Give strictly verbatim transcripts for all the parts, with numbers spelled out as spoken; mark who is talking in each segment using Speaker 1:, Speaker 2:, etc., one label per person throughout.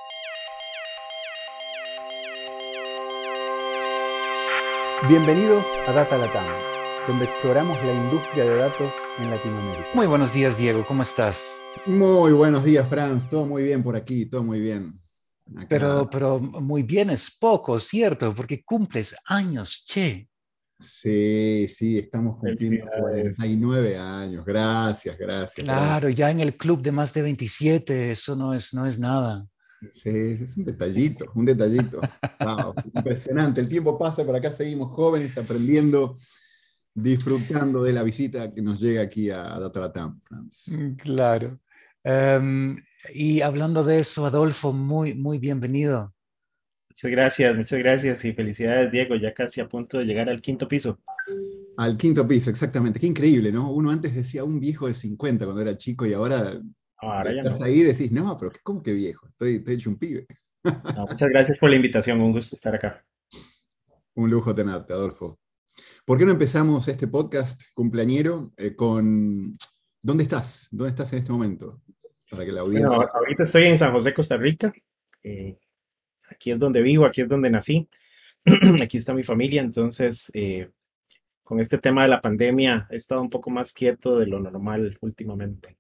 Speaker 1: Bienvenidos a Data Latam, donde exploramos la industria de datos en Latinoamérica.
Speaker 2: Muy buenos días, Diego, ¿cómo estás?
Speaker 3: Muy buenos días, Franz. Todo muy bien por aquí, todo muy bien.
Speaker 2: Pero,
Speaker 3: Acá,
Speaker 2: pero muy bien es poco, ¿cierto? Porque cumples años, che.
Speaker 3: sí, sí, estamos cumpliendo
Speaker 4: Felicidades.
Speaker 3: cuarenta y nueve años. Gracias, gracias, gracias.
Speaker 2: Claro, ya en el club de más de veintisiete, eso no es, no es nada.
Speaker 3: Sí, es un detallito, un detallito. Wow, impresionante. El tiempo pasa, por acá seguimos jóvenes, aprendiendo, disfrutando de la visita que nos llega aquí a Data Latam, Franz.
Speaker 2: Mm, Claro. Em, y hablando de eso, Adolfo, muy, muy bienvenido.
Speaker 4: Muchas gracias, muchas gracias y felicidades, Diego, ya casi a punto de llegar al quinto piso.
Speaker 3: Al quinto piso, exactamente. Qué increíble, ¿no? Uno antes decía un viejo de cincuenta cuando era chico y ahora
Speaker 4: Ahora ya
Speaker 3: estás
Speaker 4: no.
Speaker 3: ahí y decís, no, pero ¿cómo que viejo? Estoy, estoy hecho un pibe.
Speaker 4: No, muchas gracias por la invitación, un gusto estar acá.
Speaker 3: Un lujo tenerte, Adolfo. ¿Por qué no empezamos este podcast cumpleañero eh, con ¿dónde estás? ¿Dónde estás en este momento? Para que la
Speaker 4: Bueno,
Speaker 3: audiencia...
Speaker 4: a- ahorita estoy en San José, Costa Rica. eh, Aquí es donde vivo, aquí es donde nací. Aquí está mi familia, entonces eh, con este tema de la pandemia he estado un poco más quieto de lo normal últimamente.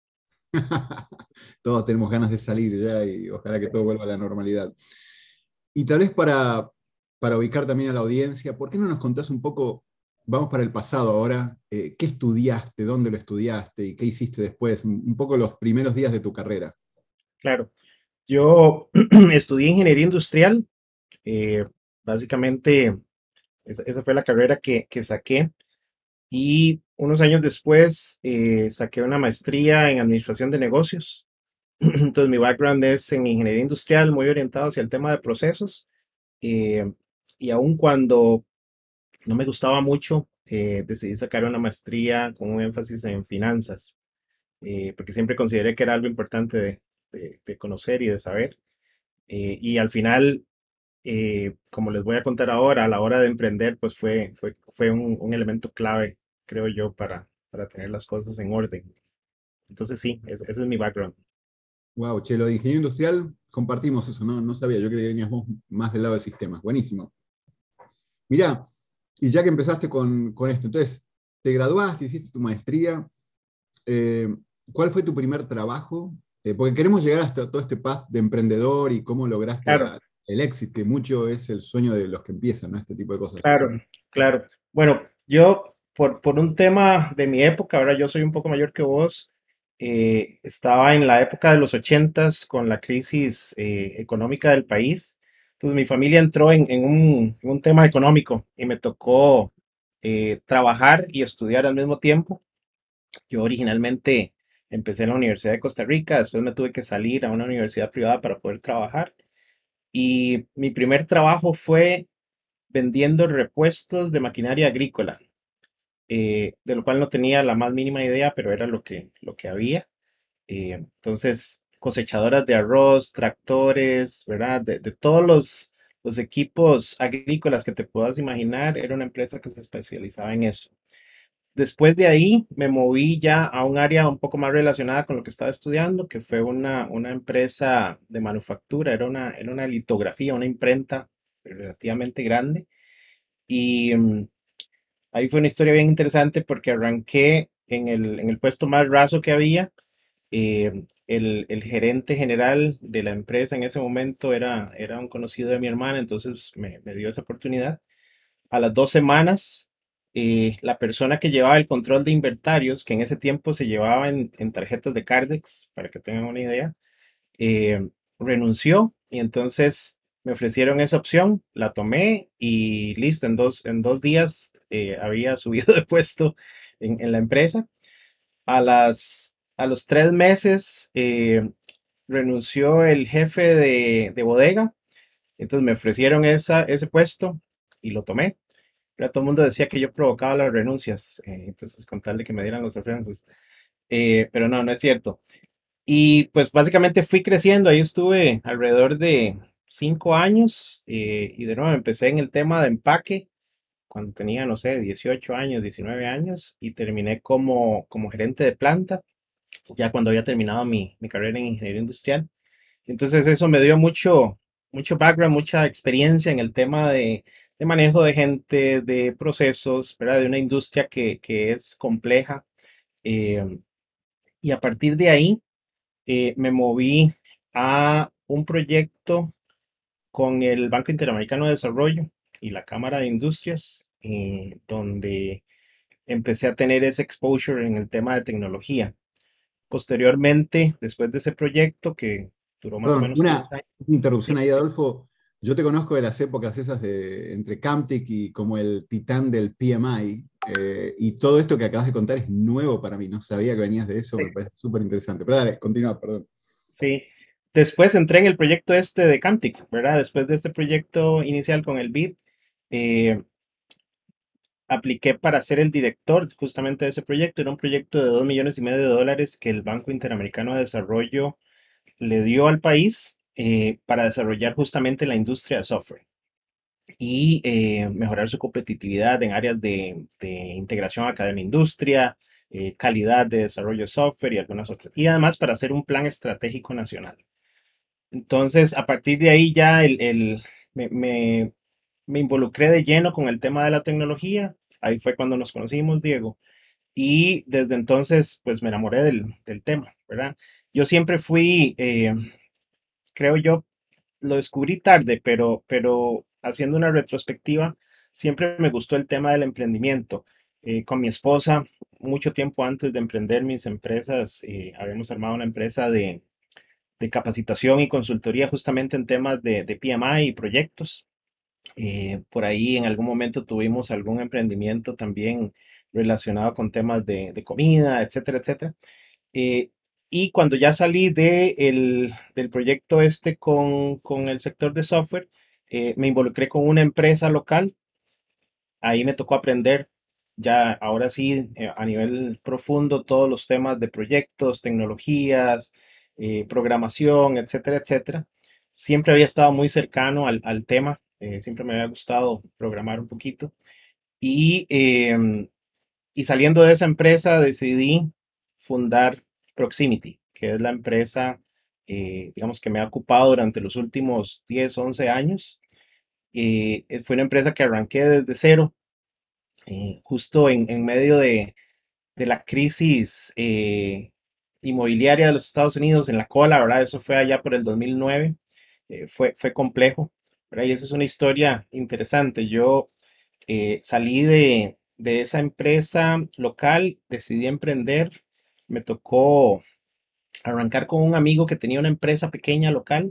Speaker 3: Todos tenemos ganas de salir ya y ojalá que todo vuelva a la normalidad. Y tal vez para, para ubicar también a la audiencia, ¿por qué no nos contás un poco, vamos para el pasado ahora, eh, qué estudiaste, dónde lo estudiaste y qué hiciste después? Un un poco los primeros días de tu carrera.
Speaker 4: Claro, yo estudié ingeniería industrial. eh, Básicamente, esa, esa fue la carrera que, que saqué. Y unos años después eh, saqué una maestría en administración de negocios. Entonces mi background es en ingeniería industrial, muy orientado hacia el tema de procesos. eh, y aun cuando no me gustaba mucho, eh, decidí sacar una maestría con un énfasis en finanzas, eh, porque siempre consideré que era algo importante de, de- de conocer y de saber. Eh, y al final, eh, como les voy a contar ahora, a la hora de emprender, pues fue, fue, fue un, un elemento clave, creo yo, para, para tener las cosas en orden. Entonces sí, es- ese es mi background.
Speaker 3: Wow, che, lo de ingeniería industrial, compartimos eso, ¿no? No sabía, yo creía que venías vos más del lado de sistemas. Buenísimo. Mirá, y ya que empezaste con, con esto, entonces, te graduaste, hiciste tu maestría, eh, ¿cuál fue tu primer trabajo? Eh, porque queremos llegar hasta todo este path de emprendedor y cómo lograste
Speaker 4: Claro,
Speaker 3: la- el éxito, que mucho es el sueño de los que empiezan, ¿no? Este tipo de cosas. Así
Speaker 4: claro, claro. Bueno, yo por, por un tema de mi época, ahora yo soy un poco mayor que vos, eh, estaba en la época de los ochentas con la crisis eh, económica del país. Entonces mi familia entró en, en un, en un tema económico y me tocó eh, trabajar y estudiar al mismo tiempo. Yo originalmente empecé en la Universidad de Costa Rica, después me tuve que salir a una universidad privada para poder trabajar. Y mi primer trabajo fue vendiendo repuestos de maquinaria agrícola, eh, de lo cual no tenía la más mínima idea, pero era lo que, lo que había. Eh, entonces, cosechadoras de arroz, tractores, ¿verdad? De, de todos los, los equipos agrícolas que te puedas imaginar, era una empresa que se especializaba en eso. Después de ahí me moví ya a un área un poco más relacionada con lo que estaba estudiando, que fue una, una empresa de manufactura, era una, era una litografía, una imprenta relativamente grande. Y mm, ahí fue una historia bien interesante porque arranqué en el, en el puesto más raso que había. eh, el, el gerente general de la empresa en ese momento era, era un conocido de mi hermana, entonces me, me dio esa oportunidad. A las dos semanas, eh, la persona que llevaba el control de inventarios, que en ese tiempo se llevaba en, en tarjetas de Cardex, para que tengan una idea, eh, renunció y entonces me ofrecieron esa opción, la tomé y listo, en dos, en dos días eh, había subido de puesto en, en la empresa. A las, a los tres meses eh, renunció el jefe de, de bodega, entonces me ofrecieron esa, ese puesto y lo tomé. Pero todo el mundo decía que yo provocaba las renuncias, eh, entonces con tal de que me dieran los ascensos. Eh, pero no, no es cierto. Y pues básicamente fui creciendo, ahí estuve alrededor de cinco años eh, y de nuevo empecé en el tema de empaque cuando tenía, no sé, dieciocho años, diecinueve años y terminé como, como gerente de planta, ya cuando había terminado mi, mi carrera en ingeniería industrial. Entonces eso me dio mucho, mucho background, mucha experiencia en el tema de, de manejo de gente, de procesos, ¿verdad? De una industria que, que es compleja. eh, y a partir de ahí eh, me moví a un proyecto con el Banco Interamericano de Desarrollo y la Cámara de Industrias, eh, donde empecé a tener ese exposure en el tema de tecnología. Posteriormente, después de ese proyecto que duró más o
Speaker 3: Perdón,
Speaker 4: menos tres
Speaker 3: una
Speaker 4: años,
Speaker 3: interrupción
Speaker 4: sí,
Speaker 3: ahí, Adolfo. Yo te conozco de las épocas esas de entre Camtic y como el titán del P M I, eh, y todo esto que acabas de contar es nuevo para mí. No sabía que venías de eso,
Speaker 4: sí,
Speaker 3: me parece súper interesante. Pero dale, continúa, perdón.
Speaker 4: sí. Después entré en el proyecto este de Camtic, ¿verdad? Después de este proyecto inicial con el B I D, eh, apliqué para ser el director justamente de ese proyecto. Era un proyecto de dos millones y medio de dólares que el Banco Interamericano de Desarrollo le dio al país eh, para desarrollar justamente la industria de software y eh, mejorar su competitividad en áreas de, de integración academia-industria, eh, calidad de desarrollo de software y algunas otras. Y además para hacer un plan estratégico nacional. Entonces, a partir de ahí ya el, el- me, me- me involucré de lleno con el tema de la tecnología. Ahí fue cuando nos conocimos, Diego. Y desde entonces, pues me enamoré del, del tema, ¿verdad? Yo siempre fui, eh, creo yo, lo descubrí tarde, pero, pero haciendo una retrospectiva, siempre me gustó el tema del emprendimiento. Eh, con mi esposa, mucho tiempo antes de emprender mis empresas, eh, habíamos armado una empresa de, de capacitación y consultoría justamente en temas de, de P M I y proyectos. Eh, por ahí en algún momento tuvimos algún emprendimiento también relacionado con temas de, de comida, etcétera, etcétera. Eh, y cuando ya salí de el- del proyecto este con, con el sector de software, eh, me involucré con una empresa local. Ahí me tocó aprender ya, ahora sí, eh, a nivel profundo, todos los temas de proyectos, tecnologías, eh, programación, etcétera, etcétera. Siempre había estado muy cercano al, al tema, eh, siempre me había gustado programar un poquito. Y em, y saliendo de esa empresa decidí fundar Proximity, que es la empresa, eh, digamos, que me ha ocupado durante los últimos diez once años. Eh, eh, fue una empresa que arranqué desde cero, eh, justo en, en medio de, de la crisis eh, inmobiliaria de los Estados Unidos, en la cola, ¿verdad? Eso fue allá por el dos mil nueve. Eh, fue, fue complejo, ¿verdad? Y esa es una historia interesante. Yo eh, salí de, de esa empresa local, decidí emprender, me tocó arrancar con un amigo que tenía una empresa pequeña local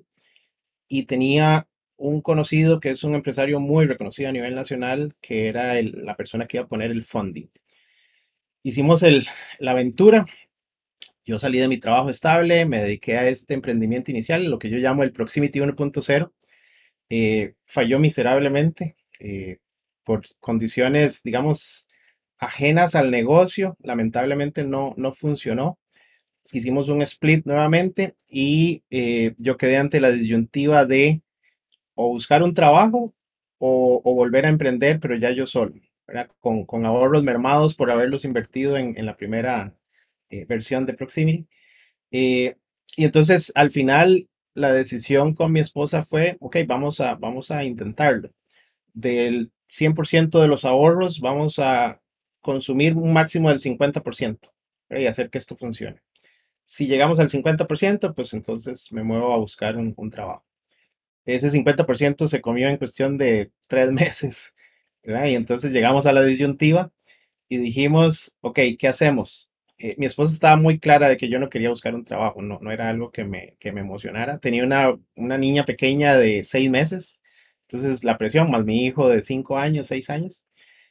Speaker 4: y tenía un conocido que es un empresario muy reconocido a nivel nacional, que era el- la persona que iba a poner el funding. Hicimos el, la aventura, yo salí de mi trabajo estable, me dediqué a este emprendimiento inicial, lo que yo llamo el Proximity uno punto cero. Eh, falló miserablemente eh, por condiciones, digamos, ajenas al negocio. Lamentablemente no, no funcionó. Hicimos un split nuevamente y eh, yo quedé ante la disyuntiva de o buscar un trabajo o, o volver a emprender, pero ya yo solo, ¿verdad? Con, con ahorros mermados por haberlos invertido en, en la primera eh, versión de Proximity. Eh, y entonces al final la decisión con mi esposa fue, ok, vamos a, vamos a intentarlo. Del cien por ciento de los ahorros vamos a consumir un máximo del cincuenta por ciento, ¿verdad? Y hacer que esto funcione. Si llegamos al cincuenta por ciento, pues entonces me muevo a buscar un, un trabajo. Ese cincuenta por ciento se comió en cuestión de tres meses, ¿verdad? Y entonces llegamos a la disyuntiva y dijimos, ok, ¿qué hacemos? Eh, mi esposa estaba muy clara de que yo no quería buscar un trabajo, no, no era algo que me, que me emocionara. Tenía una, una niña pequeña de seis meses, entonces la presión, más mi hijo de cinco años, seis años.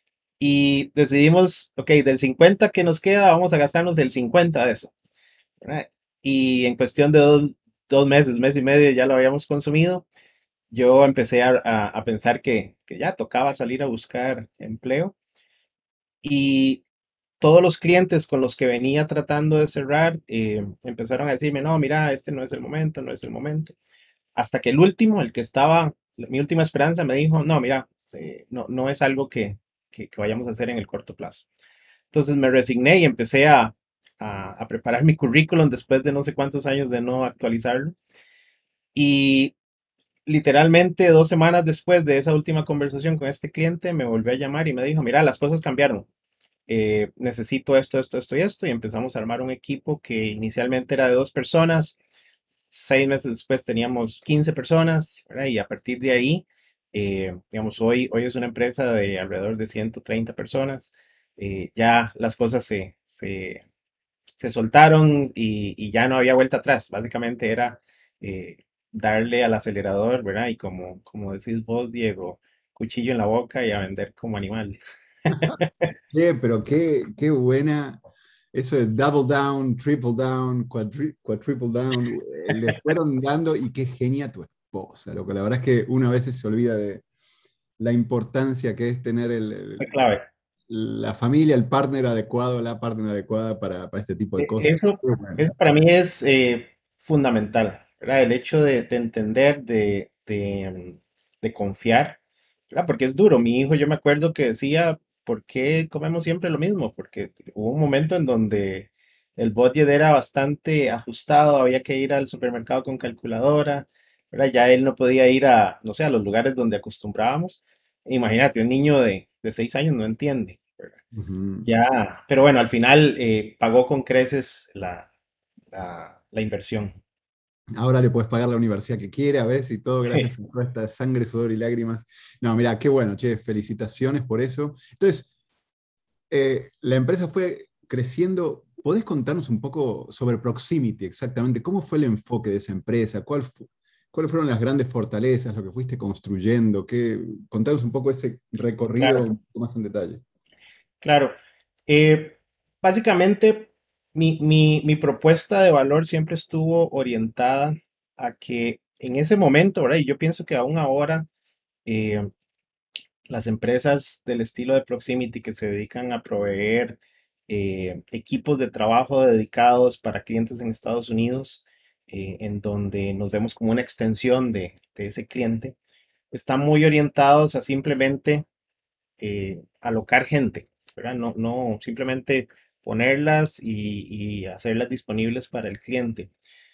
Speaker 4: Y decidimos, ok, del cincuenta que nos queda, vamos a gastarnos el cincuenta de eso, ¿verdad? Y en cuestión de dos, dos meses, mes y medio, ya lo habíamos consumido. Yo empecé a, a- a pensar que, que ya tocaba salir a buscar empleo. Y todos los clientes con los que venía tratando de cerrar eh, empezaron a decirme, no, mira, este no es el momento, no es el momento. Hasta que el último, el que estaba, mi última esperanza, me dijo, no, mira, eh, no, no es algo que, que, que vayamos a hacer en el corto plazo. Entonces me resigné y empecé a, a, a preparar mi currículum después de no sé cuántos años de no actualizarlo. Y literalmente dos semanas después de esa última conversación con este cliente, me volvió a llamar y me dijo, mira, las cosas cambiaron. Eh, necesito esto, esto, esto y esto. Y empezamos a armar un equipo que inicialmente era de dos personas. Seis meses después teníamos quince personas, ¿verdad? Y a partir de ahí, eh, digamos, hoy, hoy es una empresa de alrededor de ciento treinta personas. Eh, ya las cosas se, se, se soltaron y, y ya no había vuelta atrás. Básicamente era eh, darle al acelerador, ¿verdad? Y como, como decís vos, Diego, cuchillo en la boca y a vender como animal.
Speaker 3: Che, pero qué, qué buena. Eso de double down, triple down, quadri- quadruple down, eh, le fueron dando y qué genia tu esposa, loco. La verdad es que una a veces se olvida de la importancia que es tener el,
Speaker 4: Fue
Speaker 3: el-
Speaker 4: clave.
Speaker 3: la familia, el partner adecuado, la partner adecuada para, para este tipo de
Speaker 4: E-
Speaker 3: cosas.
Speaker 4: Eso,
Speaker 3: Qué bueno.
Speaker 4: eso para mí es eh, fundamental, ¿verdad? El hecho de, de entender, de, de, mm, de confiar, ¿verdad? Porque es duro. Mi hijo, yo me acuerdo que decía, ¿por qué comemos siempre lo mismo? Porque hubo un momento en donde el budget era bastante ajustado, había que ir al supermercado con calculadora, ¿verdad? Ya él no podía ir a, no sé, a los lugares donde acostumbrábamos. Imagínate, un niño de, de seis años no entiende, ¿verdad?
Speaker 3: Ujú.
Speaker 4: Ya, pero bueno, al final eh, pagó con creces la, la, la inversión.
Speaker 3: Ahora le puedes pagar la universidad que quiere, a veces, y todo gracias a toda esta sangre, sudor y lágrimas. No, mira, qué bueno, che, felicitaciones por eso. Entonces, eh, la empresa fue creciendo. ¿Podés contarnos un poco sobre Proximity exactamente? ¿Cómo fue el enfoque de esa empresa? ¿Cuál fu- ¿Cuáles fueron las grandes fortalezas, lo que fuiste construyendo? ¿Qué? Contanos un poco ese recorrido
Speaker 4: Claro,
Speaker 3: un poco más en detalle.
Speaker 4: claro. Eh, básicamente, mi, mi, mi propuesta de valor siempre estuvo orientada a que en ese momento, ¿verdad? Y yo pienso que aún ahora, eh, las empresas del estilo de Proximity que se dedican a proveer eh, equipos de trabajo dedicados para clientes en Estados Unidos, eh, en donde nos vemos como una extensión de, de ese cliente, están muy orientados a simplemente eh, alocar gente, ¿verdad? No, no simplemente ponerlas y, y hacerlas disponibles para el cliente.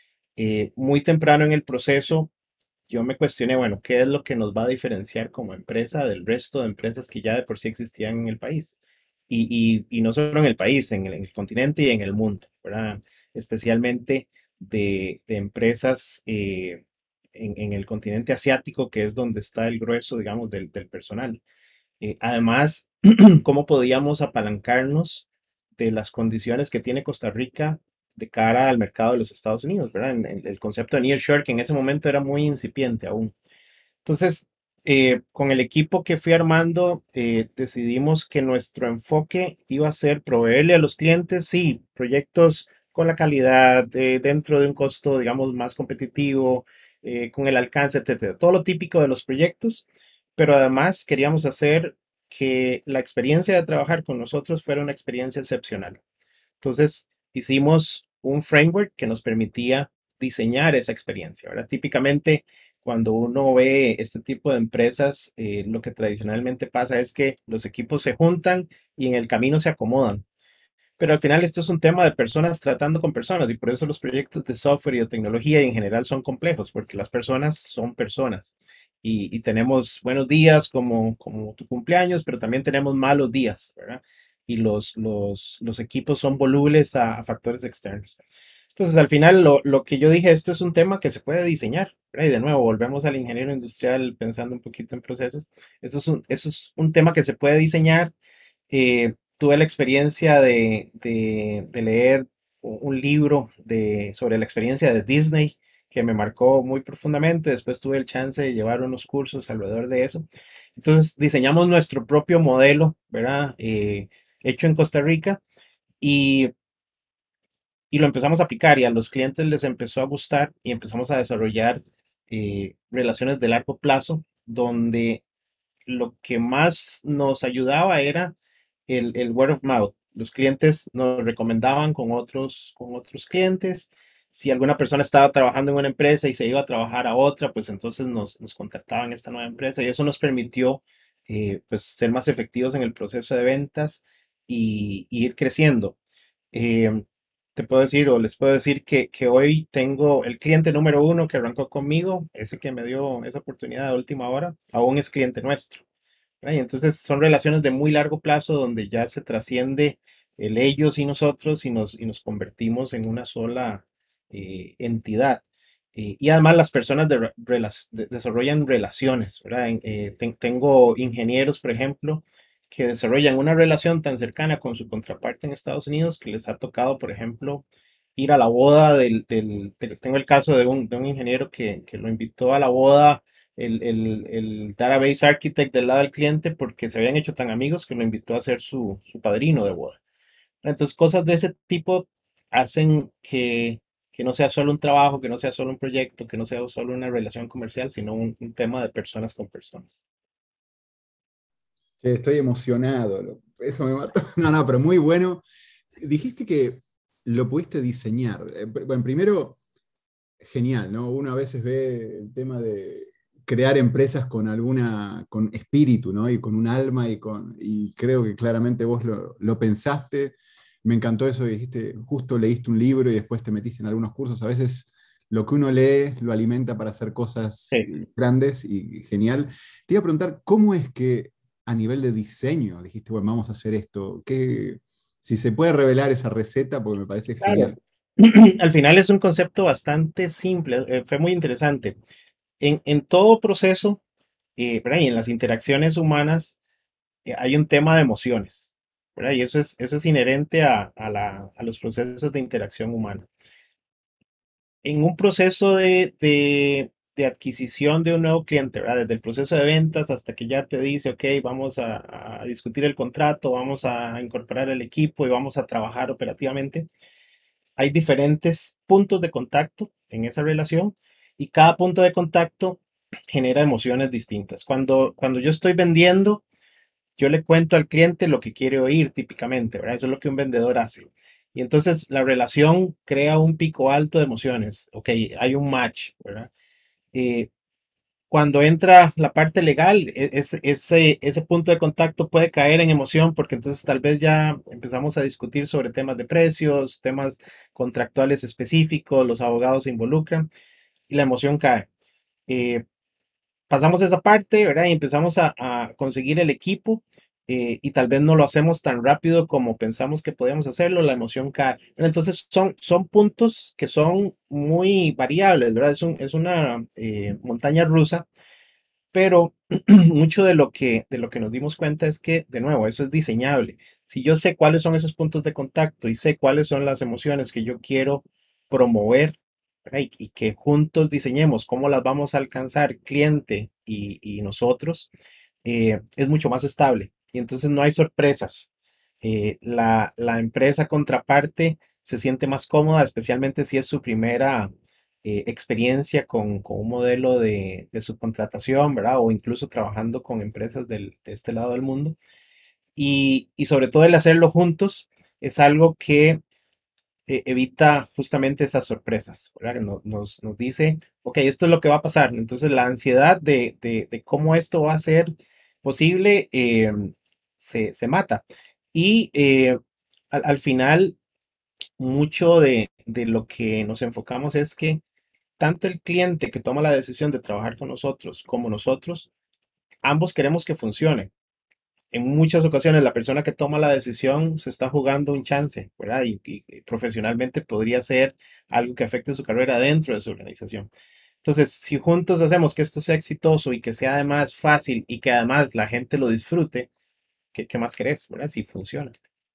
Speaker 4: Eh, muy temprano en el proceso yo me cuestioné, bueno, ¿qué es lo que nos va a diferenciar como empresa del resto de empresas que ya de por sí existían en el país? Y, y- y no solo en el país, en el, en el continente y en el mundo, ¿verdad? Especialmente de, de empresas eh, en, en el continente asiático, que es donde está el grueso, digamos, del, del personal. Eh, además, cómo podíamos apalancarnos de las condiciones que tiene Costa Rica de cara al mercado de los Estados Unidos, ¿verdad? En- en el concepto de nearshore, que en ese momento era muy incipiente aún. Entonces, eh, con el equipo que fui armando, eh, decidimos que nuestro enfoque iba a ser proveerle a los clientes, sí, proyectos con la calidad, eh, dentro de un costo, digamos, más competitivo, eh, con el alcance, etcétera. Todo lo típico de los proyectos, pero además queríamos hacer que la experiencia de trabajar con nosotros fuera una experiencia excepcional. Entonces, hicimos un framework que nos permitía diseñar esa experiencia, ¿verdad? Típicamente, cuando uno ve este tipo de empresas, eh, lo que tradicionalmente pasa es que los equipos se juntan y en el camino se acomodan. Pero al final esto es un tema de personas tratando con personas y por eso los proyectos de software y de tecnología en general son complejos, porque las personas son personas y, y tenemos buenos días como, como tu cumpleaños, pero también tenemos malos días, ¿verdad? Y los, los, los equipos son volubles a, a factores externos. Entonces, al final, lo, lo que yo dije, esto es un tema que se puede diseñar, ¿verdad? Y de nuevo, volvemos al ingeniero industrial pensando un poquito en procesos. Eso es un, eso es un tema que se puede diseñar. eh, Tuve la experiencia de, de- de leer u- un libro de, sobre la experiencia de Disney que me marcó muy profundamente. Después tuve el chance de llevar unos cursos alrededor de eso. Entonces diseñamos nuestro propio modelo, ¿verdad? Eh, hecho en Costa Rica y, y lo empezamos a aplicar y a los clientes les empezó a gustar y empezamos a desarrollar eh, relaciones de largo plazo donde lo que más nos ayudaba era el, el word of mouth. Los clientes nos recomendaban con otros, con otros clientes. Si alguna persona estaba trabajando en una empresa y se iba a trabajar a otra, pues entonces nos, nos contactaban esta nueva empresa y eso nos permitió eh, pues ser más efectivos en el proceso de ventas y, y ir creciendo. Eh, te puedo decir o les puedo decir que, que hoy tengo el cliente número uno que arrancó conmigo, ese que me dio esa oportunidad de última hora, aún es cliente nuestro. ¿Verdad? Y entonces son relaciones de muy largo plazo donde ya se trasciende el ellos y nosotros y nos, y nos convertimos en una sola eh, entidad. Eh, y además las personas de, rela- de- desarrollan relaciones, ¿verdad? En- eh, ten- tengo ingenieros, por ejemplo, que desarrollan una relación tan cercana con su contraparte en Estados Unidos que les ha tocado, por ejemplo, ir a la boda del, del- te- tengo el caso de un, de un ingeniero que, que lo invitó a la boda el, el, el database architect del lado del cliente porque se habían hecho tan amigos que lo invitó a ser su, su padrino de boda. Entonces, cosas de ese tipo hacen que, que no sea solo un trabajo, que no sea solo un proyecto, que no sea solo una relación comercial, sino un, un tema de personas con personas.
Speaker 3: Che, estoy emocionado. lo- Eso me mató. No, no, pero muy bueno. Dijiste que lo pudiste diseñar. Eh, pr- Bueno, primero, genial, ¿no? Uno a veces ve el tema de crear empresas con alguna, con espíritu, ¿no? Y con un alma y con, y creo que claramente vos lo, lo pensaste. Me encantó eso, que dijiste, justo leíste un libro y después te metiste en algunos cursos. A veces lo que uno lee lo alimenta para hacer cosas
Speaker 4: Sí,
Speaker 3: grandes y genial. Te iba a preguntar, ¿cómo es que a nivel de diseño dijiste, bueno, vamos a hacer esto? ¿Qué, si se puede revelar esa receta, porque me parece
Speaker 4: claro.
Speaker 3: genial.
Speaker 4: Al final es un concepto bastante simple, eh, fue muy interesante. En, en todo proceso, eh, ¿verdad? Y en las interacciones humanas, eh, hay un tema de emociones, ¿verdad? Y eso es, eso es inherente a, a la- a los procesos de interacción humana. En un proceso de, de- de adquisición de un nuevo cliente, ¿verdad? Desde el proceso de ventas hasta que ya te dice, ok, vamos a, a discutir el contrato, vamos a incorporar el equipo y vamos a trabajar operativamente. Hay diferentes puntos de contacto en esa relación y cada punto de contacto genera emociones distintas. Cuando, cuando yo estoy vendiendo, yo le cuento al cliente lo que quiere oír típicamente, ¿verdad? Eso es lo que un vendedor hace. Y entonces la relación crea un pico alto de emociones. Ok, hay un match, ¿verdad? Eh, cuando entra la parte legal, e- ese, ese, ese punto de contacto puede caer en emoción porque entonces tal vez ya empezamos a discutir sobre temas de precios, temas contractuales específicos, los abogados se involucran y la emoción cae. Eh, pasamos esa parte, ¿verdad? Y empezamos a, a conseguir el equipo eh, y tal vez no lo hacemos tan rápido como pensamos que podíamos hacerlo, la emoción cae. Pero entonces son, son puntos que son muy variables, ¿verdad? Es, un, es una eh, montaña rusa, pero mucho de lo que, de lo que nos dimos cuenta es que, de nuevo, eso es diseñable. Si yo sé cuáles son esos puntos de contacto y sé cuáles son las emociones que yo quiero promover, ¿verdad? Y, y que juntos diseñemos cómo las vamos a alcanzar cliente y, y nosotros, eh, es mucho más estable. Y entonces no hay sorpresas. Eh, la, la empresa contraparte se siente más cómoda, especialmente si es su primera eh, experiencia con, con un modelo de, de subcontratación, ¿verdad? O incluso trabajando con empresas del- de este lado del mundo. Y, y sobre todo el hacerlo juntos es algo que eh, evita justamente esas sorpresas, ¿verdad? Que no- nos, nos dice, ok, esto es lo que va a pasar. Entonces la ansiedad de, de- de cómo esto va a ser posible eh, se, se mata. Y eh, al, al final, mucho de, de lo que nos enfocamos es que tanto el cliente que toma la decisión de trabajar con nosotros como nosotros, ambos queremos que funcione. En muchas ocasiones la persona que toma la decisión se está jugando un chance, ¿verdad? Y, y- y profesionalmente podría ser algo que afecte su carrera dentro de su organización. Entonces, si juntos hacemos que esto sea exitoso y que sea además fácil y que además la gente lo disfrute, ¿qué, qué más querés, ¿verdad? Si funciona.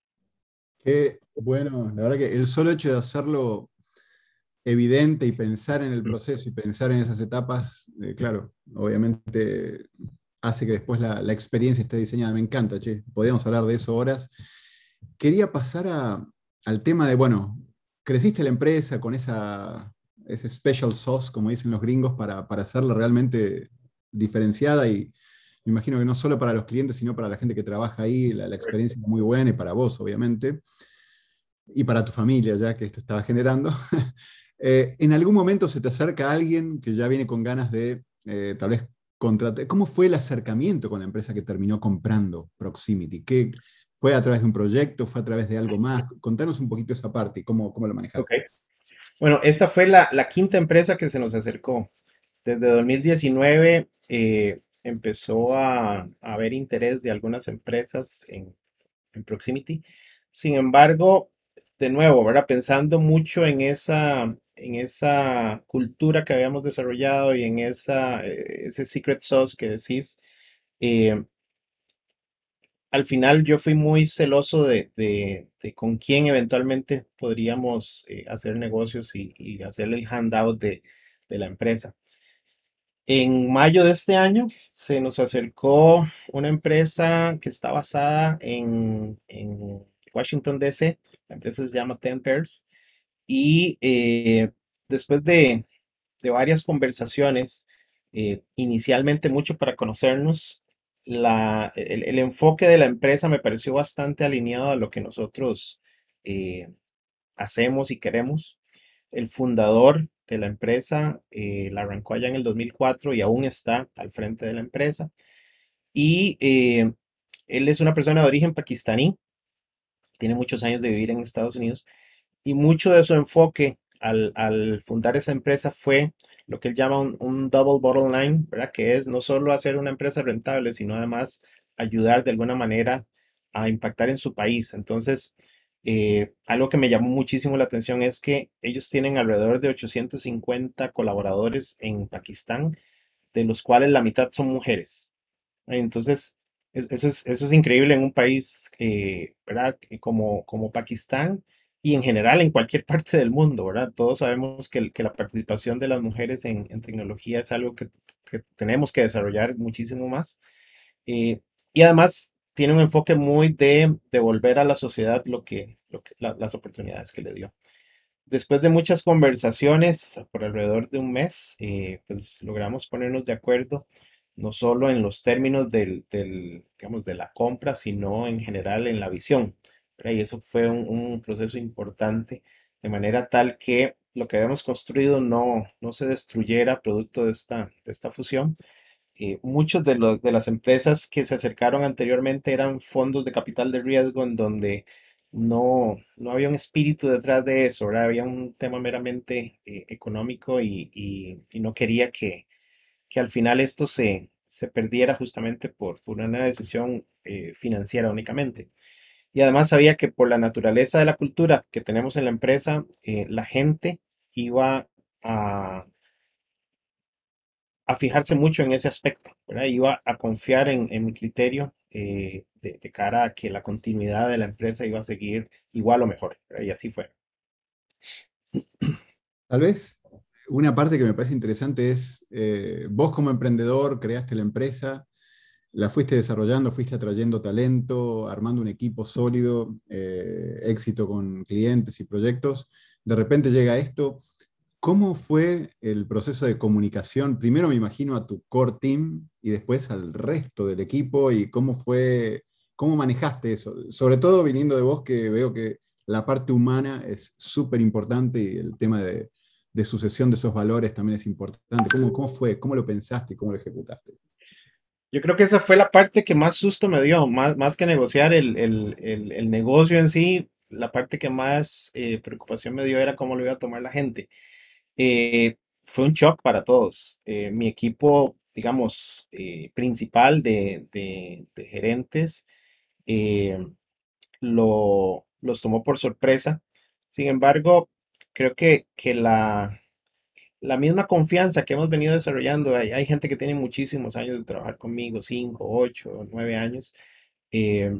Speaker 3: Qué bueno, la verdad que el solo hecho de hacerlo evidente y pensar en el
Speaker 4: Mm.
Speaker 3: proceso y pensar en esas etapas, eh, claro, obviamente hace que después la, la experiencia esté diseñada. Me encanta, che, podríamos hablar de eso horas. Quería pasar a- al tema de, bueno, creciste la empresa con esa, ese special sauce, como dicen los gringos, para, para hacerla realmente diferenciada y me imagino que no solo para los clientes, sino para la gente que trabaja ahí, la, la experiencia es muy buena y para vos, obviamente, y para tu familia, ya que esto estaba generando. Eh, ¿en algún momento se te acerca alguien que ya viene con ganas de eh, tal vez contratar? ¿Cómo fue el acercamiento con la empresa que terminó comprando Proximity? ¿Qué ¿Fue a través de un proyecto? ¿Fue a través de algo más? Contanos un poquito esa parte y cómo, cómo lo
Speaker 4: Ok.
Speaker 3: manejaste.
Speaker 4: Bueno, esta fue la, la quinta empresa que se nos acercó. Desde dos mil diecinueve eh, empezó a, a haber interés de algunas empresas en, en Proximity. Sin embargo, de nuevo, ¿verdad? Pensando mucho en esa, en esa cultura que habíamos desarrollado y en esa, eh, ese secret sauce que decís, eh, al final yo fui muy celoso de, de- de con quién eventualmente podríamos eh, hacer negocios y, y hacerle el handout de, de la empresa. En mayo de este año se nos acercó una empresa que está basada en, en Washington, D C. La empresa se llama Ten Pairs. Y eh, después de, de varias conversaciones, eh, inicialmente mucho para conocernos, la, el, el enfoque de la empresa me pareció bastante alineado a lo que nosotros eh, hacemos y queremos. El fundador de la empresa eh, la arrancó allá en el dos mil cuatro y aún está al frente de la empresa. Y eh, él es una persona de origen pakistaní, tiene muchos años de vivir en Estados Unidos y mucho de su enfoque al, al fundar esa empresa fue lo que él llama un, un double bottom line, ¿verdad? Que es no solo hacer una empresa rentable, sino además ayudar de alguna manera a impactar en su país. Entonces, eh, algo que me llamó muchísimo la atención es que ellos tienen alrededor de ochocientos cincuenta colaboradores en Pakistán, de los cuales la mitad son mujeres. Entonces, es- eso es, eso es increíble en un país, eh, ¿verdad? que Como, como Pakistán y en general en cualquier parte del mundo, ¿verdad? Todos sabemos que, el- que la participación de las mujeres en, en tecnología es algo que, que tenemos que desarrollar muchísimo más. eh, y además tiene un enfoque muy de devolver a la sociedad lo que, lo que, la- las oportunidades que le dio. Después de muchas conversaciones, por alrededor de un mes, eh, pues logramos ponernos de acuerdo, no solo en los términos del, del, digamos, de la compra, sino en general en la visión, ¿verdad? Y eso fue un, un proceso importante, de manera tal que lo que habíamos construido no, no se destruyera producto de esta, de esta fusión. Eh, muchos de, los, de las empresas que se acercaron anteriormente eran fondos de capital de riesgo en donde no, no había un espíritu detrás de eso, ¿verdad? Había un tema meramente eh, económico y, y- y no quería que, que al final esto se, se perdiera justamente por, por una decisión eh, financiera únicamente. Y además sabía que por la naturaleza de la cultura que tenemos en la empresa, eh, la gente iba a a fijarse mucho en ese aspecto, ¿verdad? Iba a confiar en, en mi criterio eh, de, de cara a que la continuidad de la empresa iba a seguir igual o mejor, ¿verdad? Y así fue.
Speaker 3: Tal vez una parte que me parece interesante es, eh, vos como emprendedor creaste la empresa, la fuiste desarrollando, fuiste atrayendo talento, armando un equipo sólido, eh, éxito con clientes y proyectos. De repente llega esto. ¿Cómo fue el proceso de comunicación? Primero me imagino a tu core team y después al resto del equipo y cómo fue, cómo manejaste eso. Sobre todo viniendo de vos que veo que la parte humana es súper importante y el tema de, de sucesión de esos valores también es importante. ¿Cómo, cómo fue? ¿Cómo lo pensaste y cómo lo ejecutaste?
Speaker 4: Yo creo que esa fue la parte que más susto me dio, más, más que negociar el, el- el- el negocio en sí, la parte que más eh, preocupación me dio era cómo lo iba a tomar la gente. Eh, Fue un shock para todos. Eh, mi equipo, digamos, eh, principal de, de- de gerentes, eh, lo, los tomó por sorpresa. Sin embargo, creo que, que la, la misma confianza que hemos venido desarrollando, hay, hay gente que tiene muchísimos años de trabajar conmigo, cinco, ocho, nueve años, eh,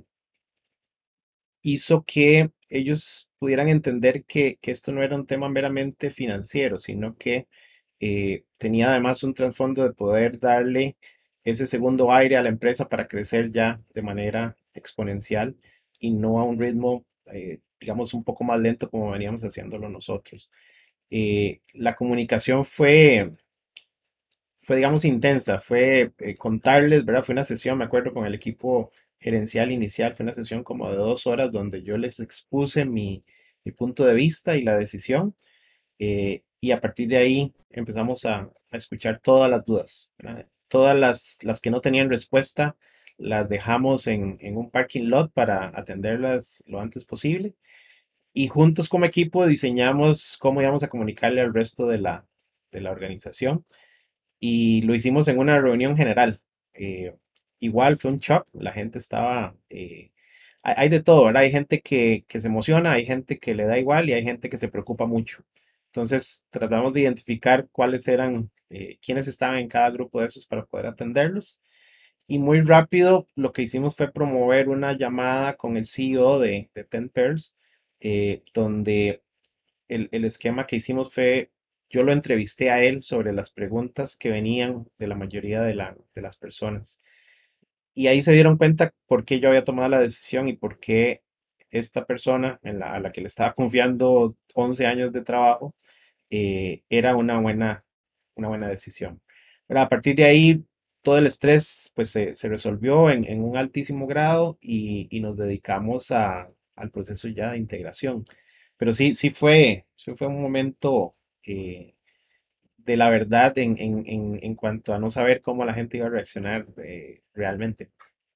Speaker 4: hizo que ellos pudieran entender que, que esto no era un tema meramente financiero, sino que eh, tenía además un trasfondo de poder darle ese segundo aire a la empresa para crecer ya de manera exponencial y no a un ritmo, eh, digamos, un poco más lento como veníamos haciéndolo nosotros. Eh, la comunicación fue, fue, digamos, intensa, fue eh, contarles, ¿verdad? Fue una sesión, me acuerdo, con el equipo gerencial inicial, fue una sesión como de dos horas donde yo les expuse mi, mi punto de vista y la decisión. Eh, y a partir de ahí empezamos a, a escuchar todas las dudas, ¿verdad? Todas las, las que no tenían respuesta, las dejamos en, en un parking lot para atenderlas lo antes posible. Y juntos como equipo diseñamos cómo íbamos a comunicarle al resto de la, de la organización. Y lo hicimos en una reunión general. Eh, igual fue un shock, la gente estaba... eh, hay, hay de todo, ¿verdad? Hay gente que, que se emociona, hay gente que le da igual y hay gente que se preocupa mucho. Entonces tratamos de identificar cuáles eran, eh, quiénes estaban en cada grupo de esos para poder atenderlos. Y muy rápido lo que hicimos fue promover una llamada con el C E O de, de Ten Pearls, eh, donde el, el esquema que hicimos fue, yo lo entrevisté a él sobre las preguntas que venían de la mayoría de, la, de las personas. Y ahí se dieron cuenta por qué yo había tomado la decisión y por qué esta persona en la, a la que le estaba confiando once años de trabajo eh, era una buena, una buena decisión. Pero a partir de ahí, todo el estrés pues, se, se resolvió en, en un altísimo grado y, y nos dedicamos a, al proceso ya de integración. Pero sí, sí fue, sí fue un momento eh, de la verdad en, en, en, en cuanto a no saber cómo la gente iba a reaccionar eh, realmente.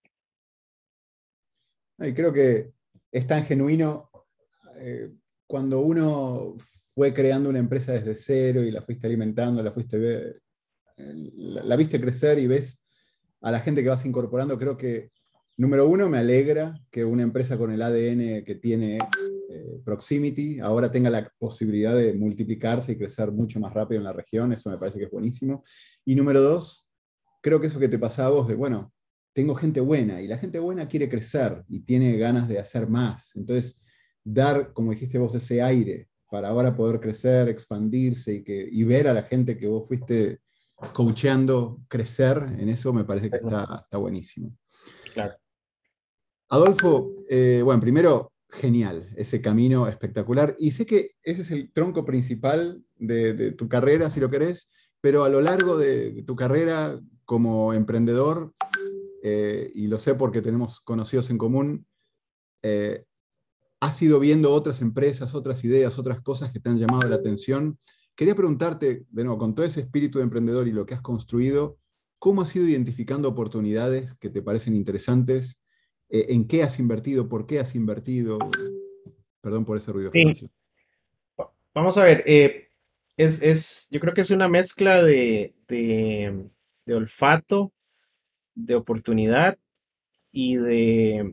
Speaker 3: Y creo que es tan genuino eh, cuando uno fue creando una empresa desde cero y la fuiste alimentando, la fuiste ve- la, la viste crecer y ves a la gente que vas incorporando, creo que, número uno, me alegra que una empresa con el A D N que tiene eh, Proximity ahora tenga la posibilidad de multiplicarse y crecer mucho más rápido en la región, eso me parece que es buenísimo. Y número dos, creo que eso que te pasa a vos de, bueno, tengo gente buena y la gente buena quiere crecer y tiene ganas de hacer más. Entonces, dar, como dijiste vos, ese aire para ahora poder crecer, expandirse y, que, y ver a la gente que vos fuiste coacheando crecer, en eso me parece que
Speaker 4: Pero,
Speaker 3: está, está buenísimo.
Speaker 4: claro.
Speaker 3: Adolfo, eh, bueno, primero, genial, ese camino espectacular. Y sé que ese es el tronco principal de, de tu carrera, si lo querés, pero a lo largo de, de tu carrera como emprendedor, eh, y lo sé porque tenemos conocidos en común, eh, has ido viendo otras empresas, otras ideas, otras cosas que te han llamado la atención. Quería preguntarte, de nuevo, con todo ese espíritu de emprendedor y lo que has construido, ¿cómo has ido identificando oportunidades que te parecen interesantes? Eh, ¿En qué has invertido? ¿Por qué has invertido? Perdón por ese ruido,
Speaker 4: Sí,
Speaker 3: Florencio.
Speaker 4: va- vamos a ver, eh, es, es, yo creo que es una mezcla de, de, de olfato, de oportunidad y de,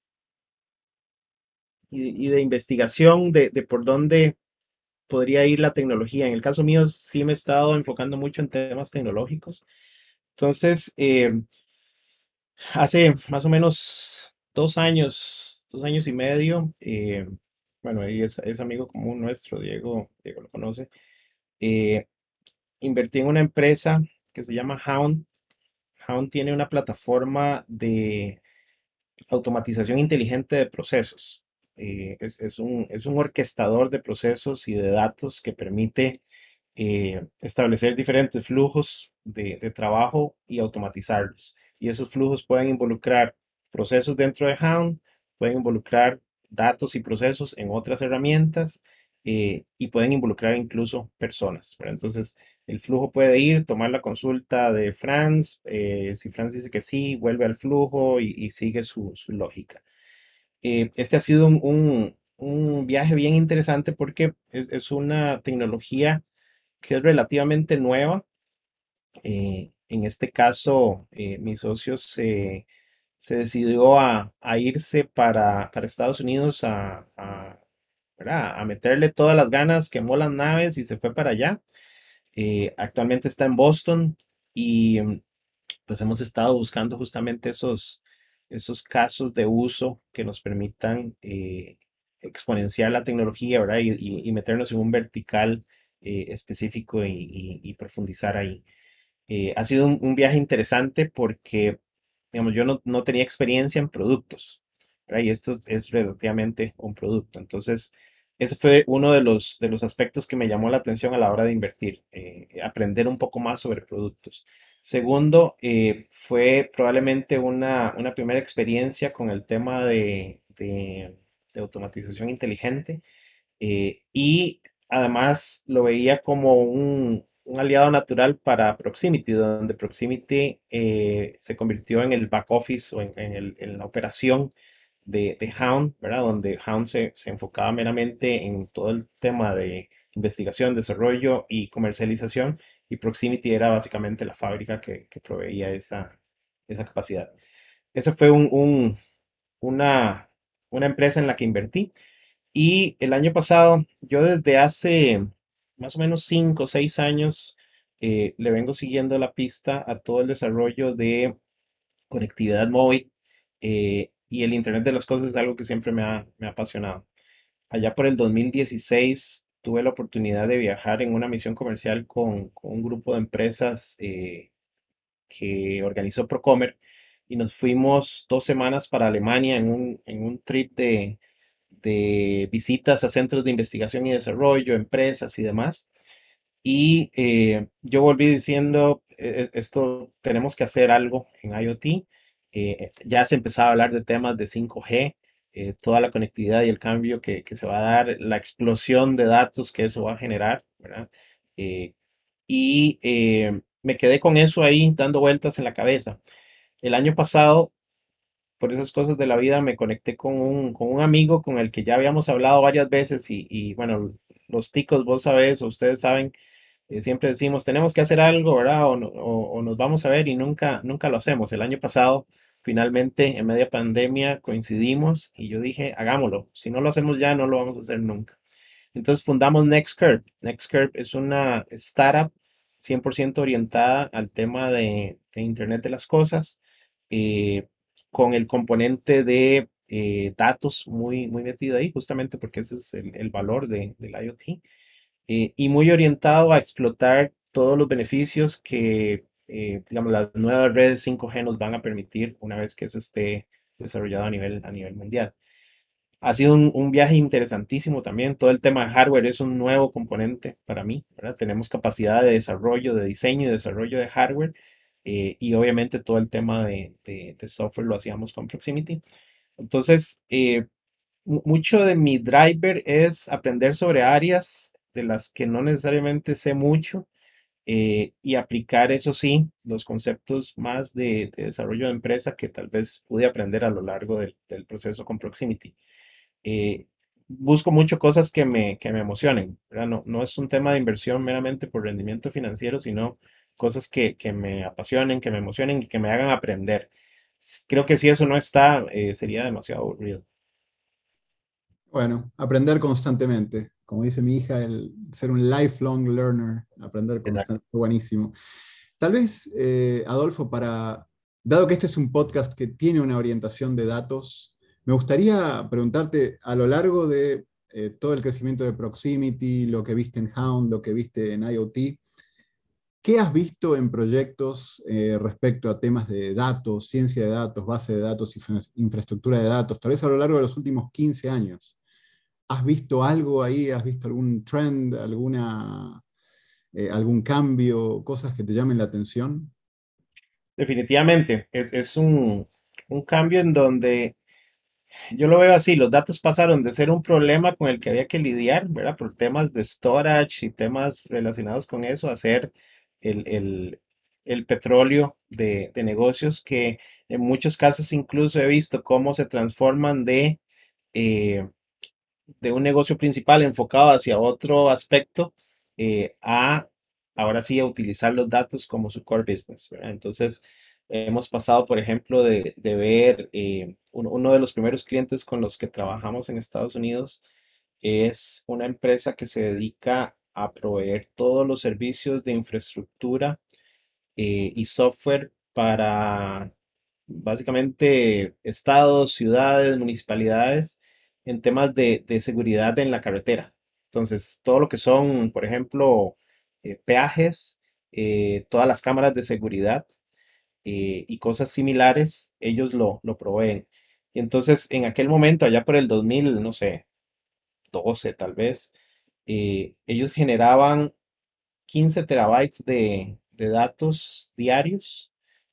Speaker 4: y, y de investigación de, de por dónde podría ir la tecnología. En el caso mío, sí me he estado enfocando mucho en temas tecnológicos. Entonces, eh, hace más o menos dos años, dos años y medio, eh, bueno, ahí es, es amigo común nuestro, Diego, Diego lo conoce, eh, invertí en una empresa que se llama Hound. Hound tiene una plataforma de automatización inteligente de procesos. Eh, es, es un, es un orquestador de procesos y de datos que permite eh, establecer diferentes flujos de, de trabajo y automatizarlos. Y esos flujos pueden involucrar procesos dentro de Hound, pueden involucrar datos y procesos en otras herramientas eh, y pueden involucrar incluso personas, ¿verdad? Entonces, el flujo puede ir, tomar la consulta de Franz, eh, si Franz dice que sí, vuelve al flujo y, y sigue su, su lógica. Eh, este ha sido un, un- un viaje bien interesante porque es, es una tecnología que es relativamente nueva. Eh, en este caso, eh, mi socio se, se decidió a, a irse para, para Estados Unidos a, a, ¿verdad? A meterle todas las ganas, quemó las naves y se fue para allá. Eh, actualmente está en Boston y mm, pues hemos estado buscando justamente esos, esos casos de uso que nos permitan eh, exponenciar la tecnología, ¿verdad? Y, y- y meternos en un vertical eh, específico y, y- y profundizar ahí. Eh, ha sido un, un viaje interesante porque, digamos, yo no, no tenía experiencia en productos, ¿verdad? Y esto es es relativamente un producto. Entonces, ese fue uno de los, de los aspectos que me llamó la atención a la hora de invertir, eh, aprender un poco más sobre productos. Segundo, eh, fue probablemente una, una primera experiencia con el tema de, de- de automatización inteligente eh, y además lo veía como un, un aliado natural para Proximity, donde Proximity eh, se convirtió en el back office o en, en el- en la operación de, de Hound, ¿verdad? Donde Hound se, se enfocaba meramente en todo el tema de investigación, desarrollo y comercialización, y Proximity era básicamente la fábrica que, que proveía esa, esa capacidad. Esa fue un, un- una, una empresa en la que invertí. Y el año pasado, yo desde hace más o menos cinco o seis años, eh, le vengo siguiendo la pista a todo el desarrollo de conectividad móvil, eh, y el Internet de las cosas es algo que siempre me ha, me ha apasionado. Allá por el dos mil dieciséis tuve la oportunidad de viajar en una misión comercial con, con un grupo de empresas eh, que organizó Procomer, y nos fuimos dos semanas para Alemania en un, en un trip de de visitas a centros de investigación y desarrollo, empresas y demás. Y eh, yo volví diciendo, "Eh, esto tenemos que hacer algo en IoT". Eh, ya se empezaba a hablar de temas de cinco G, eh, toda la conectividad y el cambio que, que se va a dar, la explosión de datos que eso va a generar, ¿verdad? Eh, y eh, me quedé con eso ahí dando vueltas en la cabeza. El año pasado, por esas cosas de la vida, me conecté con un, con un amigo con el que ya habíamos hablado varias veces, y, y, bueno, los ticos, vos sabés, o ustedes saben, eh, siempre decimos, tenemos que hacer algo, ¿verdad? O, no- o- o nos vamos a ver, y nunca, nunca lo hacemos. El año pasado, finalmente, en media pandemia, coincidimos y yo dije, hagámoslo. Si no lo hacemos ya, no lo vamos a hacer nunca. Entonces fundamos NextCurve. NextCurve es una startup cien por ciento orientada al tema de, de Internet de las cosas, eh, con el componente de eh, datos muy, muy metido ahí, justamente porque ese es el, el valor de, del IoT, eh, y muy orientado a explotar todos los beneficios que, eh, digamos, las nuevas redes cinco G nos van a permitir una vez que eso esté desarrollado a nivel, a nivel mundial. Ha sido un, un viaje interesantísimo también. Todo el tema de hardware es un nuevo componente para mí, ¿verdad? Tenemos capacidad de desarrollo, de diseño y desarrollo de hardware, eh, y obviamente todo el tema de, de- de software lo hacíamos con Proximity. Entonces, eh, mu- mucho de mi driver es aprender sobre áreas de las que no necesariamente sé mucho, eh, y aplicar, eso sí, los conceptos más de, de desarrollo de empresa que tal vez pude aprender a lo largo del del proceso con Proximity. eh, Busco mucho cosas que me, que me emocionen, ¿verdad? No, no es un tema de inversión meramente por rendimiento financiero, sino cosas que, que me apasionen, que me emocionen y que me hagan aprender. S- Creo que si eso no está, eh, sería demasiado aburrido.
Speaker 3: Bueno, aprender constantemente. Como dice mi hija, el ser un lifelong learner, aprender
Speaker 4: Exacto.
Speaker 3: constantemente, buenísimo. Tal vez, eh, Adolfo, para, dado que este es un podcast que tiene una orientación de datos, me gustaría preguntarte a lo largo de eh, todo el crecimiento de Proximity, lo que viste en Hound, lo que viste en IoT, ¿qué has visto en proyectos eh, respecto a temas de datos, ciencia de datos, base de datos y infra- infraestructura de datos, tal vez a lo largo de los últimos quince años? ¿Has visto algo ahí? ¿Has visto algún trend, alguna, eh, algún cambio, cosas que te llamen la atención?
Speaker 4: Definitivamente, es, es un, un cambio en donde yo lo veo así: los datos pasaron de ser un problema con el que había que lidiar, ¿verdad? Por temas de storage y temas relacionados con eso, a ser el, el- el petróleo de, de negocios, que en muchos casos incluso he visto cómo se transforman de, eh, de un negocio principal enfocado hacia otro aspecto, eh, a ahora sí a utilizar los datos como su core business, ¿verdad? Entonces, hemos pasado, por ejemplo, de, de ver, eh, uno, uno de los primeros clientes con los que trabajamos en Estados Unidos es una empresa que se dedica a proveer todos los servicios de infraestructura, eh, y software para básicamente estados, ciudades, municipalidades, en temas de, de seguridad en la carretera. Entonces, todo lo que son, por ejemplo, eh, peajes, eh, todas las cámaras de seguridad, eh, y cosas similares, ellos lo, lo proveen. Y entonces, en aquel momento, allá por el dos mil, no sé, doce tal vez, eh, ellos generaban quince terabytes de, de datos diarios.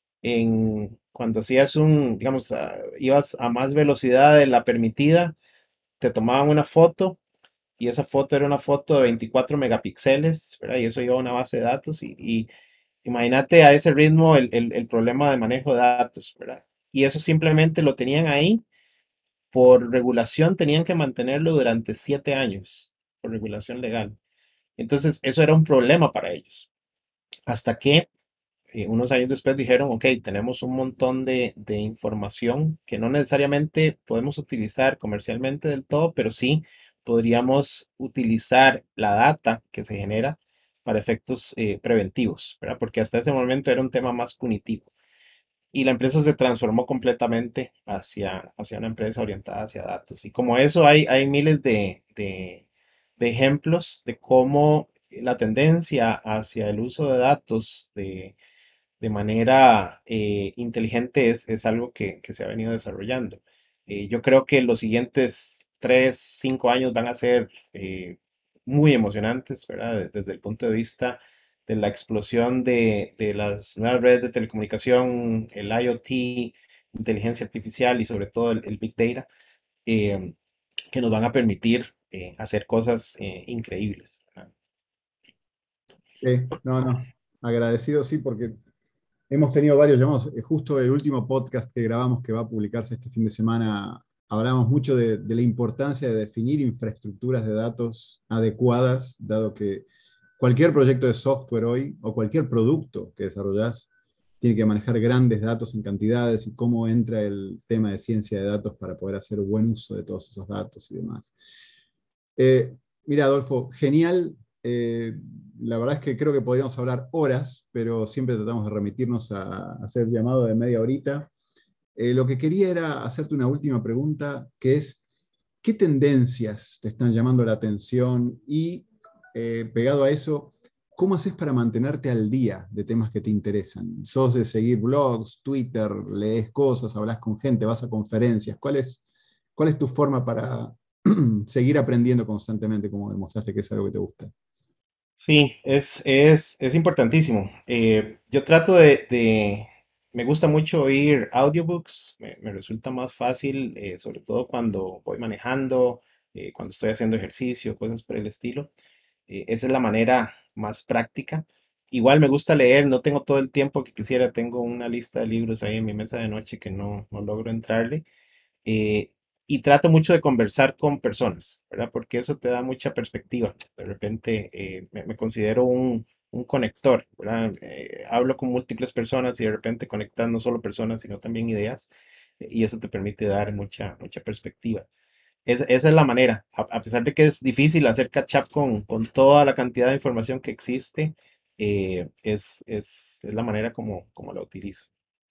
Speaker 4: En, cuando hacías un, digamos, ah, ibas a más velocidad de la permitida, te tomaban una foto y esa foto era una foto de veinticuatro megapíxeles, ¿verdad? Y eso iba a una base de datos y, y imagínate a ese ritmo el, el, el problema de manejo de datos, ¿verdad? Y eso simplemente lo tenían ahí por regulación, tenían que mantenerlo durante siete años, por regulación legal. Entonces, eso era un problema para ellos. Hasta que eh, unos años después dijeron, ok, tenemos un montón de, de información que no necesariamente podemos utilizar comercialmente del todo, pero sí podríamos utilizar la data que se genera para efectos eh, preventivos, ¿verdad? Porque hasta ese momento era un tema más punitivo. Y la empresa se transformó completamente hacia, hacia una empresa orientada hacia datos. Y como eso hay, hay miles de, de, de ejemplos de cómo la tendencia hacia el uso de datos de, de manera eh, inteligente es, es algo que, que se ha venido desarrollando. Eh, yo creo que los siguientes tres, cinco años van a ser eh, muy emocionantes, ¿verdad? Desde, desde el punto de vista de la explosión de, de las nuevas redes de telecomunicación, el IoT, inteligencia artificial y sobre todo el, el Big Data, eh, que nos van a permitir eh, hacer cosas eh, increíbles, ¿verdad?
Speaker 3: Sí, no, no. Agradecido, sí, porque hemos tenido varios llamados. Eh, Justo el último podcast que grabamos, que va a publicarse este fin de semana, hablamos mucho de, de la importancia de definir infraestructuras de datos adecuadas, dado que cualquier proyecto de software hoy, o cualquier producto que desarrollas, tiene que manejar grandes datos en cantidades y cómo entra el tema de ciencia de datos para poder hacer buen uso de todos esos datos y demás. Eh, mira, Adolfo, genial. Eh, la verdad es que creo que podríamos hablar horas, pero siempre tratamos de remitirnos a, a hacer llamado de media horita. Eh, lo que quería era hacerte una última pregunta, que es, ¿qué tendencias te están llamando la atención? Y eh, pegado a eso, ¿cómo haces para mantenerte al día de temas que te interesan? ¿Sos de seguir blogs, Twitter, lees cosas, hablas con gente, vas a conferencias? ¿Cuál es, cuál es tu forma para seguir aprendiendo constantemente, como demostraste que es algo que te gusta?
Speaker 4: Sí, es, es, es importantísimo. Eh, yo trato de, de- me gusta mucho oír audiobooks, me, me resulta más fácil, eh, sobre todo cuando voy manejando, eh, cuando estoy haciendo ejercicio, cosas por el estilo. Eh, esa es la manera más práctica. Igual me gusta leer, no tengo todo el tiempo que quisiera, tengo una lista de libros ahí en mi mesa de noche que no, no logro entrarle. eh, y trato mucho de conversar con personas, ¿verdad? Porque eso te da mucha perspectiva. De repente eh, me, me considero un, un conector, ¿verdad? Eh, hablo con múltiples personas y de repente conectas no solo personas, sino también ideas, eh, y eso te permite dar mucha, mucha perspectiva. Es- esa es la manera, a, a pesar de que es difícil hacer catch up con, con toda la cantidad de información que existe, eh, es, es, es la manera como, como la utilizo.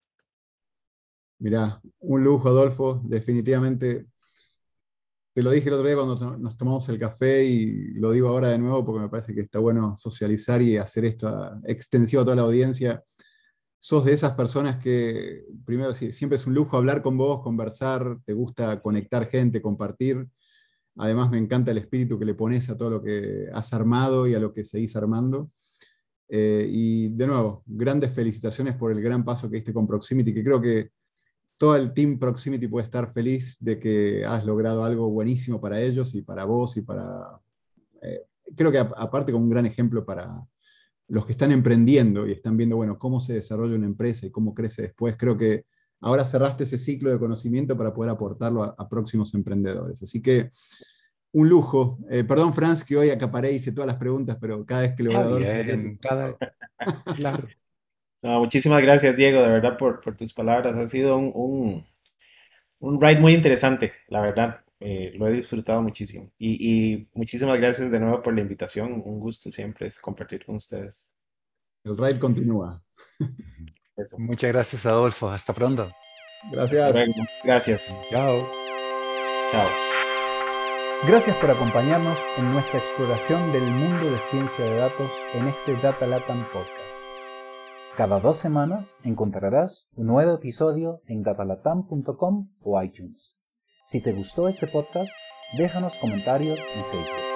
Speaker 3: Mirá, un lujo, Adolfo. Definitivamente, te lo dije el otro día cuando to- nos tomamos el café y lo digo ahora de nuevo porque me parece que está bueno socializar y hacer esto a- extensivo a toda la audiencia. Sos de esas personas que, primero, sí, siempre es un lujo hablar con vos, conversar, te gusta conectar gente, compartir. Además, me encanta el espíritu que le pones a todo lo que has armado y a lo que seguís armando. Eh, y de nuevo, grandes felicitaciones por el gran paso que diste con Proximity, que creo que todo el Team Proximity puede estar feliz de que has logrado algo buenísimo para ellos y para vos y para... eh, creo que a- aparte como un gran ejemplo para los que están emprendiendo y están viendo, bueno, cómo se desarrolla una empresa y cómo crece después, creo que ahora cerraste ese ciclo de conocimiento para poder aportarlo a, a próximos emprendedores. Así que un lujo. Eh, perdón, Franz, que hoy acaparé y hice todas las preguntas, pero cada vez que le voy
Speaker 2: Está
Speaker 3: a dar...
Speaker 2: bien, cada, claro.
Speaker 4: No, muchísimas gracias, Diego, de verdad, por, por tus palabras. Ha sido un, un, un ride muy interesante, la verdad. Eh, lo he disfrutado muchísimo. Y, y muchísimas gracias de nuevo por la invitación. Un gusto siempre es compartir con ustedes.
Speaker 3: El ride continúa.
Speaker 4: Eso.
Speaker 2: Muchas gracias, Adolfo. Hasta pronto.
Speaker 4: Hasta
Speaker 3: Gracias.
Speaker 4: luego. Gracias.
Speaker 2: Chao.
Speaker 4: Chao.
Speaker 1: Gracias por acompañarnos en nuestra exploración del mundo de ciencia de datos en este Data Latam Podcast. Cada dos semanas encontrarás un nuevo episodio en datalatam punto com o iTunes. Si te gustó este podcast, déjanos comentarios en Facebook.